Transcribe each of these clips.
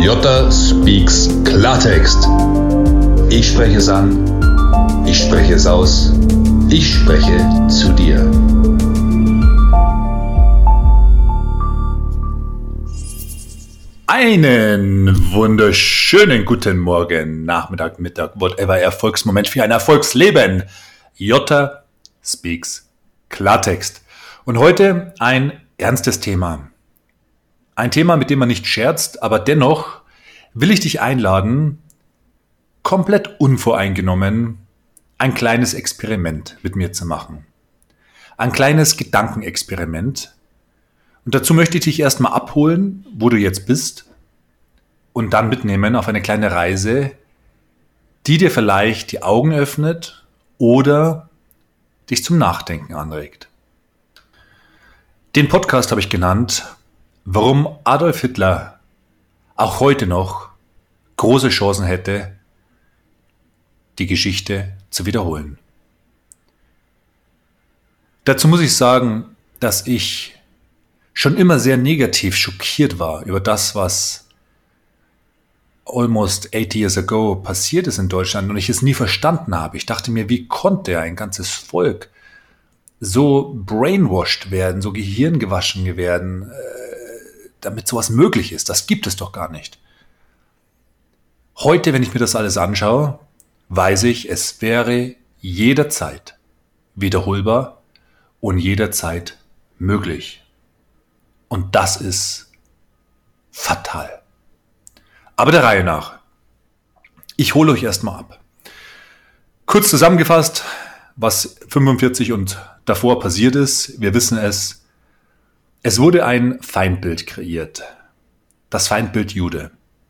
Jota speaks Klartext. Ich spreche es an, ich spreche es aus, ich spreche zu dir. Einen wunderschönen guten Morgen, Nachmittag, Mittag, whatever, Erfolgsmoment für ein Erfolgsleben. Jota speaks Klartext. Und heute ein ernstes Thema. Ein Thema, mit dem man nicht scherzt, aber dennoch will ich dich einladen, komplett unvoreingenommen ein kleines Experiment mit mir zu machen. Ein kleines Gedankenexperiment. Und dazu möchte ich dich erstmal abholen, wo du jetzt bist, und dann mitnehmen auf eine kleine Reise, die dir vielleicht die Augen öffnet oder dich zum Nachdenken anregt. Den Podcast habe ich genannt, warum Adolf Hitler auch heute noch große Chancen hätte, die Geschichte zu wiederholen. Dazu muss ich sagen, dass ich schon immer sehr negativ schockiert war über das, was almost 80 years ago passiert ist in Deutschland und ich es nie verstanden habe. Ich dachte mir, wie konnte ein ganzes Volk so brainwashed werden, so gehirngewaschen werden, damit sowas möglich ist? Das gibt es doch gar nicht. Heute, wenn ich mir das alles anschaue, weiß ich, es wäre jederzeit wiederholbar und jederzeit möglich. Und das ist fatal. Aber der Reihe nach. Ich hole euch erstmal ab. Kurz zusammengefasst, was 45 und davor passiert ist. Wir wissen es. Es wurde ein Feindbild kreiert. Das Feindbild Jude.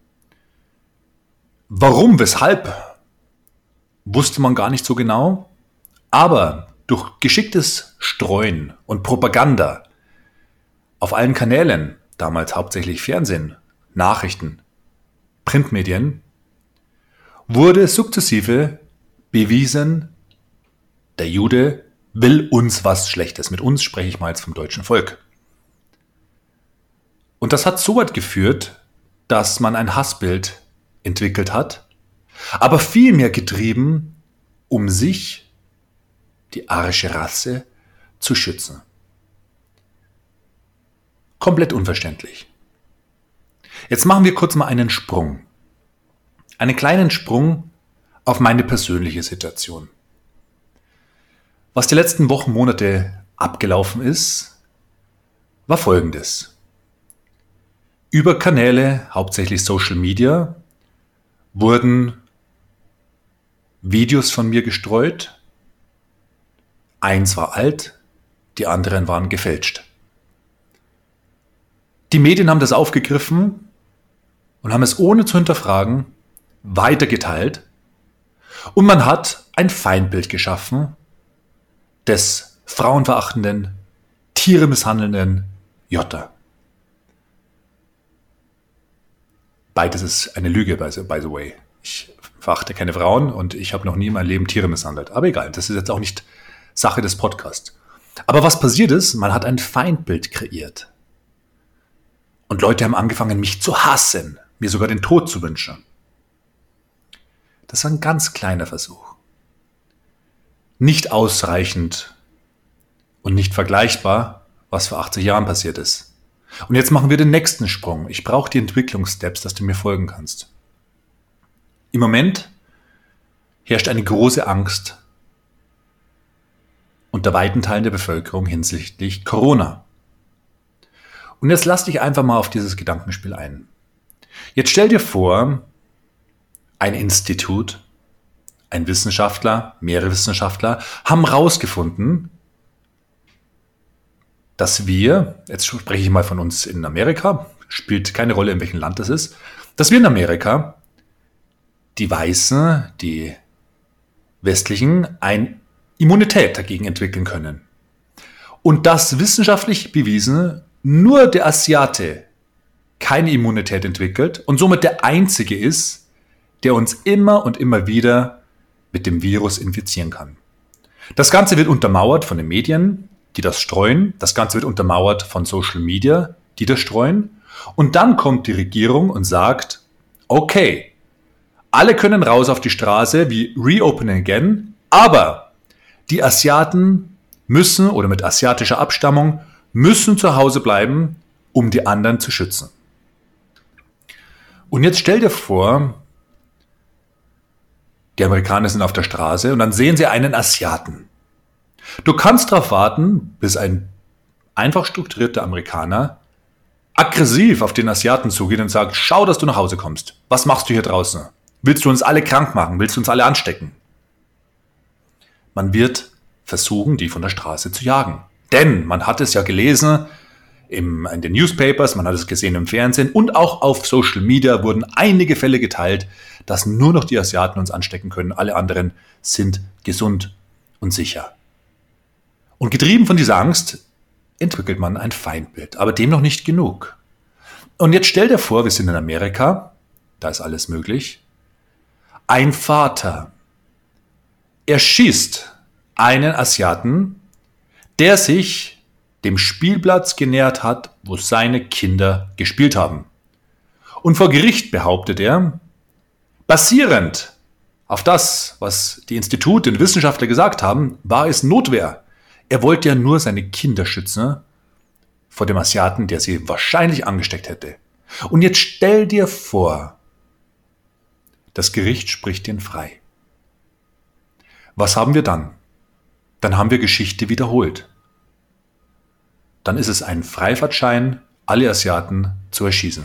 Warum, weshalb, wusste man gar nicht so genau. Aber durch geschicktes Streuen und Propaganda auf allen Kanälen, damals hauptsächlich Fernsehen, Nachrichten, Printmedien, wurde sukzessive bewiesen, der Jude will uns was Schlechtes. Mit uns spreche ich mal jetzt vom deutschen Volk. Und das hat so weit geführt, dass man ein Hassbild entwickelt hat, aber vielmehr getrieben, um sich, die arische Rasse, zu schützen. Komplett unverständlich. Jetzt machen wir kurz mal einen Sprung. Einen kleinen Sprung auf meine persönliche Situation. Was die letzten Wochen, Monate abgelaufen ist, war Folgendes. Über Kanäle, hauptsächlich Social Media, wurden Videos von mir gestreut. Eins war alt, die anderen waren gefälscht. Die Medien haben das aufgegriffen und haben es ohne zu hinterfragen weitergeteilt. Und man hat ein Feindbild geschaffen des frauenverachtenden, Tiere misshandelnden Jota. Beides ist eine Lüge, by the way. Ich verachte keine Frauen und ich habe noch nie in meinem Leben Tiere misshandelt. Aber egal, das ist jetzt auch nicht Sache des Podcasts. Aber was passiert ist, man hat ein Feindbild kreiert. Und Leute haben angefangen, mich zu hassen, mir sogar den Tod zu wünschen. Das war ein ganz kleiner Versuch. Nicht ausreichend und nicht vergleichbar, was vor 80 Jahren passiert ist. Und jetzt machen wir den nächsten Sprung. Ich brauche die Entwicklungssteps, dass du mir folgen kannst. Im Moment herrscht eine große Angst unter weiten Teilen der Bevölkerung hinsichtlich Corona. Und jetzt lass dich einfach mal auf dieses Gedankenspiel ein. Jetzt stell dir vor, ein Institut, ein Wissenschaftler, mehrere Wissenschaftler haben herausgefunden, dass wir, jetzt spreche ich mal von uns in Amerika, spielt keine Rolle, in welchem Land das ist, dass wir in Amerika, die Weißen, die Westlichen, eine Immunität dagegen entwickeln können. Und das wissenschaftlich bewiesen, nur der Asiate keine Immunität entwickelt und somit der Einzige ist, der uns immer und immer wieder mit dem Virus infizieren kann. Das Ganze wird untermauert von den Medien, die das streuen. Das Ganze wird untermauert von Social Media, die das streuen. Und dann kommt die Regierung und sagt, Okay, alle können raus auf die Straße wie Reopening Again, aber die Asiaten müssen oder mit asiatischer Abstammung müssen zu Hause bleiben, um die anderen zu schützen. Und jetzt stell dir vor, die Amerikaner sind auf der Straße und dann sehen sie einen Asiaten. Du kannst darauf warten, bis ein einfach strukturierter Amerikaner aggressiv auf den Asiaten zugeht und sagt, schau, dass du nach Hause kommst. Was machst du hier draußen? Willst du uns alle krank machen? Willst du uns alle anstecken? Man wird versuchen, die von der Straße zu jagen. Denn man hat es ja gelesen in den Newspapers, man hat es gesehen im Fernsehen und auch auf Social Media wurden einige Fälle geteilt, dass nur noch die Asiaten uns anstecken können. Alle anderen sind gesund und sicher. Und getrieben von dieser Angst entwickelt man ein Feindbild, aber dem noch nicht genug. Und jetzt stell dir vor, wir sind in Amerika, da ist alles möglich. Ein Vater erschießt einen Asiaten, der sich dem Spielplatz genähert hat, wo seine Kinder gespielt haben. Und vor Gericht behauptet er, basierend auf das, was die Institute und Wissenschaftler gesagt haben, war es Notwehr. Er wollte ja nur seine Kinder schützen vor dem Asiaten, der sie wahrscheinlich angesteckt hätte. Und jetzt stell dir vor, das Gericht spricht ihn frei. Was haben wir dann? Dann haben wir Geschichte wiederholt. Dann ist es ein Freifahrtschein, alle Asiaten zu erschießen.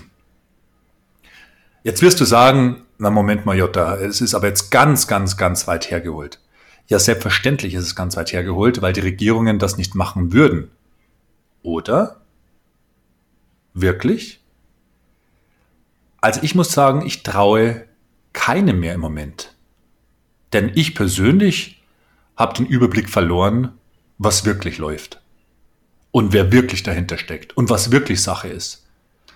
Jetzt wirst du sagen, na Moment mal Jutta, es ist aber jetzt ganz weit hergeholt. Ja, selbstverständlich ist es ganz weit hergeholt, weil die Regierungen das nicht machen würden. Oder? Wirklich? Also ich muss sagen, ich traue keinem mehr im Moment. Denn ich persönlich habe den Überblick verloren, was wirklich läuft. Und wer wirklich dahinter steckt und was wirklich Sache ist.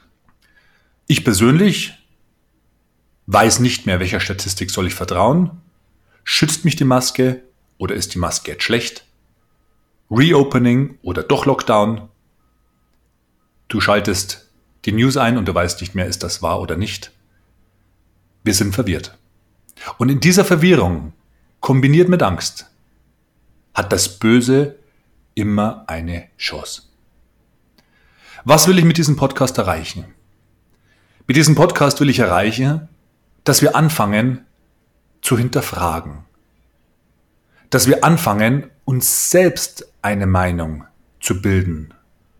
Ich persönlich weiß nicht mehr, welcher Statistik soll ich vertrauen. Schützt mich die Maske oder ist die Maske jetzt schlecht? Reopening oder doch Lockdown? Du schaltest die News ein und du weißt nicht mehr, ist das wahr oder nicht. Wir sind verwirrt. Und in dieser Verwirrung, kombiniert mit Angst, hat das Böse immer eine Chance. Was will ich mit diesem Podcast erreichen? Mit diesem Podcast will ich erreichen, dass wir anfangen zu hinterfragen. Dass wir anfangen, uns selbst eine Meinung zu bilden.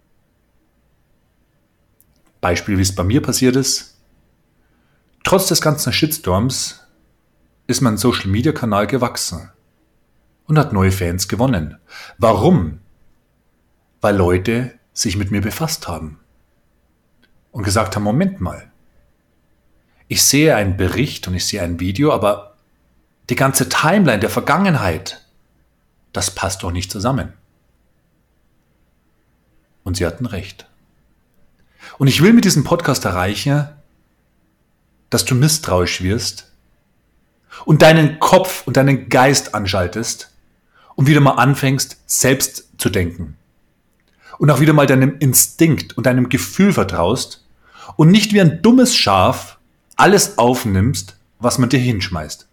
Beispiel, wie es bei mir passiert ist. Trotz des ganzen Shitstorms ist mein Social-Media-Kanal gewachsen und hat neue Fans gewonnen. Warum? Weil Leute sich mit mir befasst haben und gesagt haben, Moment mal, ich sehe einen Bericht und ich sehe ein Video, aber die ganze Timeline der Vergangenheit, das passt doch nicht zusammen. Und sie hatten recht. Und ich will mit diesem Podcast erreichen, dass du misstrauisch wirst und deinen Kopf und deinen Geist anschaltest und wieder mal anfängst, selbst zu denken. Und auch wieder mal deinem Instinkt und deinem Gefühl vertraust und nicht wie ein dummes Schaf alles aufnimmst, was man dir hinschmeißt.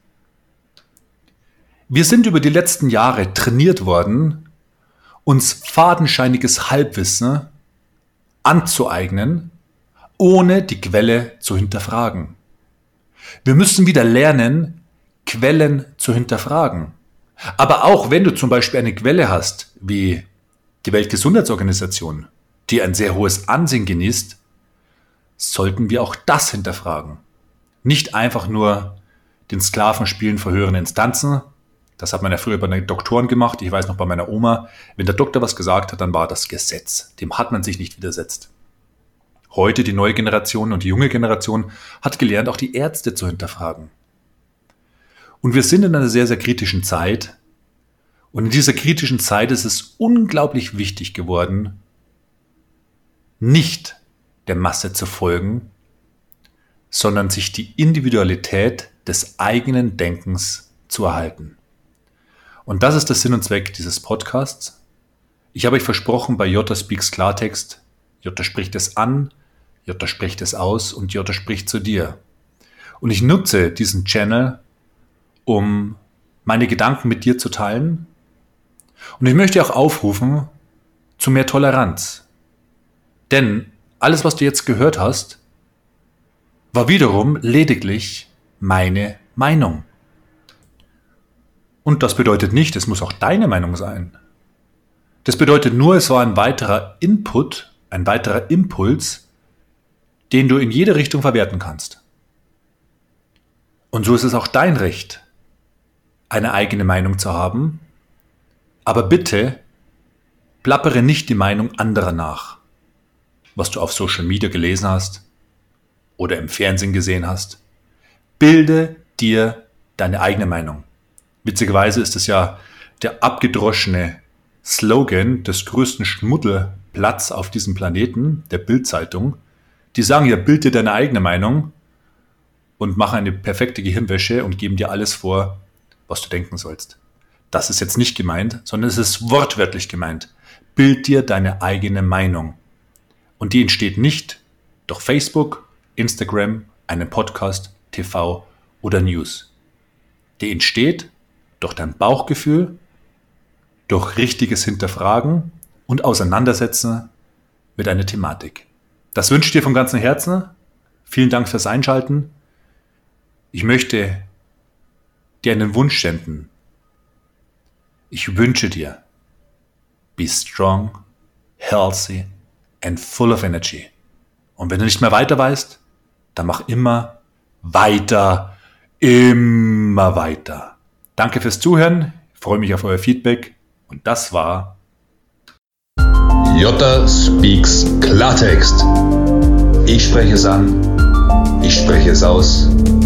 Wir sind über die letzten Jahre trainiert worden, uns fadenscheiniges Halbwissen anzueignen, ohne die Quelle zu hinterfragen. Wir müssen wieder lernen, Quellen zu hinterfragen. Aber auch wenn du zum Beispiel eine Quelle hast, wie die Weltgesundheitsorganisation, die ein sehr hohes Ansehen genießt, sollten wir auch das hinterfragen. Nicht einfach nur den Sklavenspielen vor höheren Instanzen. Das hat man ja früher bei den Doktoren gemacht. Ich weiß noch bei meiner Oma, wenn der Doktor was gesagt hat, dann war das Gesetz. Dem hat man sich nicht widersetzt. Heute die neue Generation und die junge Generation hat gelernt, auch die Ärzte zu hinterfragen. Und wir sind in einer sehr, sehr kritischen Zeit. Und in dieser kritischen Zeit ist es unglaublich wichtig geworden, nicht der Masse zu folgen, sondern sich die Individualität des eigenen Denkens zu erhalten. Und das ist der Sinn und Zweck dieses Podcasts. Ich habe euch versprochen, bei Jutta Speaks Klartext, Jutta spricht es an, Jutta spricht es aus und Jutta spricht zu dir. Und ich nutze diesen Channel, um meine Gedanken mit dir zu teilen. Und ich möchte auch aufrufen zu mehr Toleranz. Denn alles, was du jetzt gehört hast, war wiederum lediglich meine Meinung. Und das bedeutet nicht, es muss auch deine Meinung sein. Das bedeutet nur, es war ein weiterer Input, ein weiterer Impuls, den du in jede Richtung verwerten kannst. Und so ist es auch dein Recht, eine eigene Meinung zu haben. Aber bitte plappere nicht die Meinung anderer nach, was du auf Social Media gelesen hast oder im Fernsehen gesehen hast. Bilde dir deine eigene Meinung. Witzigerweise ist es ja der abgedroschene Slogan des größten Schmuddelblatts auf diesem Planeten, der Bild-Zeitung. Die sagen ja, bild dir deine eigene Meinung und mach eine perfekte Gehirnwäsche und geben dir alles vor, was du denken sollst. Das ist jetzt nicht gemeint, sondern es ist wortwörtlich gemeint. Bild dir deine eigene Meinung. Und die entsteht nicht durch Facebook, Instagram, einen Podcast, TV oder News. Die entsteht durch dein Bauchgefühl, durch richtiges Hinterfragen und Auseinandersetzen mit einer Thematik. Das wünsche ich dir von ganzem Herzen. Vielen Dank fürs Einschalten. Ich möchte dir einen Wunsch senden. Ich wünsche dir, be strong, healthy and full of energy. Und wenn du nicht mehr weiter weißt, dann mach immer weiter, immer weiter. Danke fürs Zuhören. Ich freue mich auf euer Feedback. Und das war Jota Speaks Klartext. Ich spreche es an, ich spreche es aus.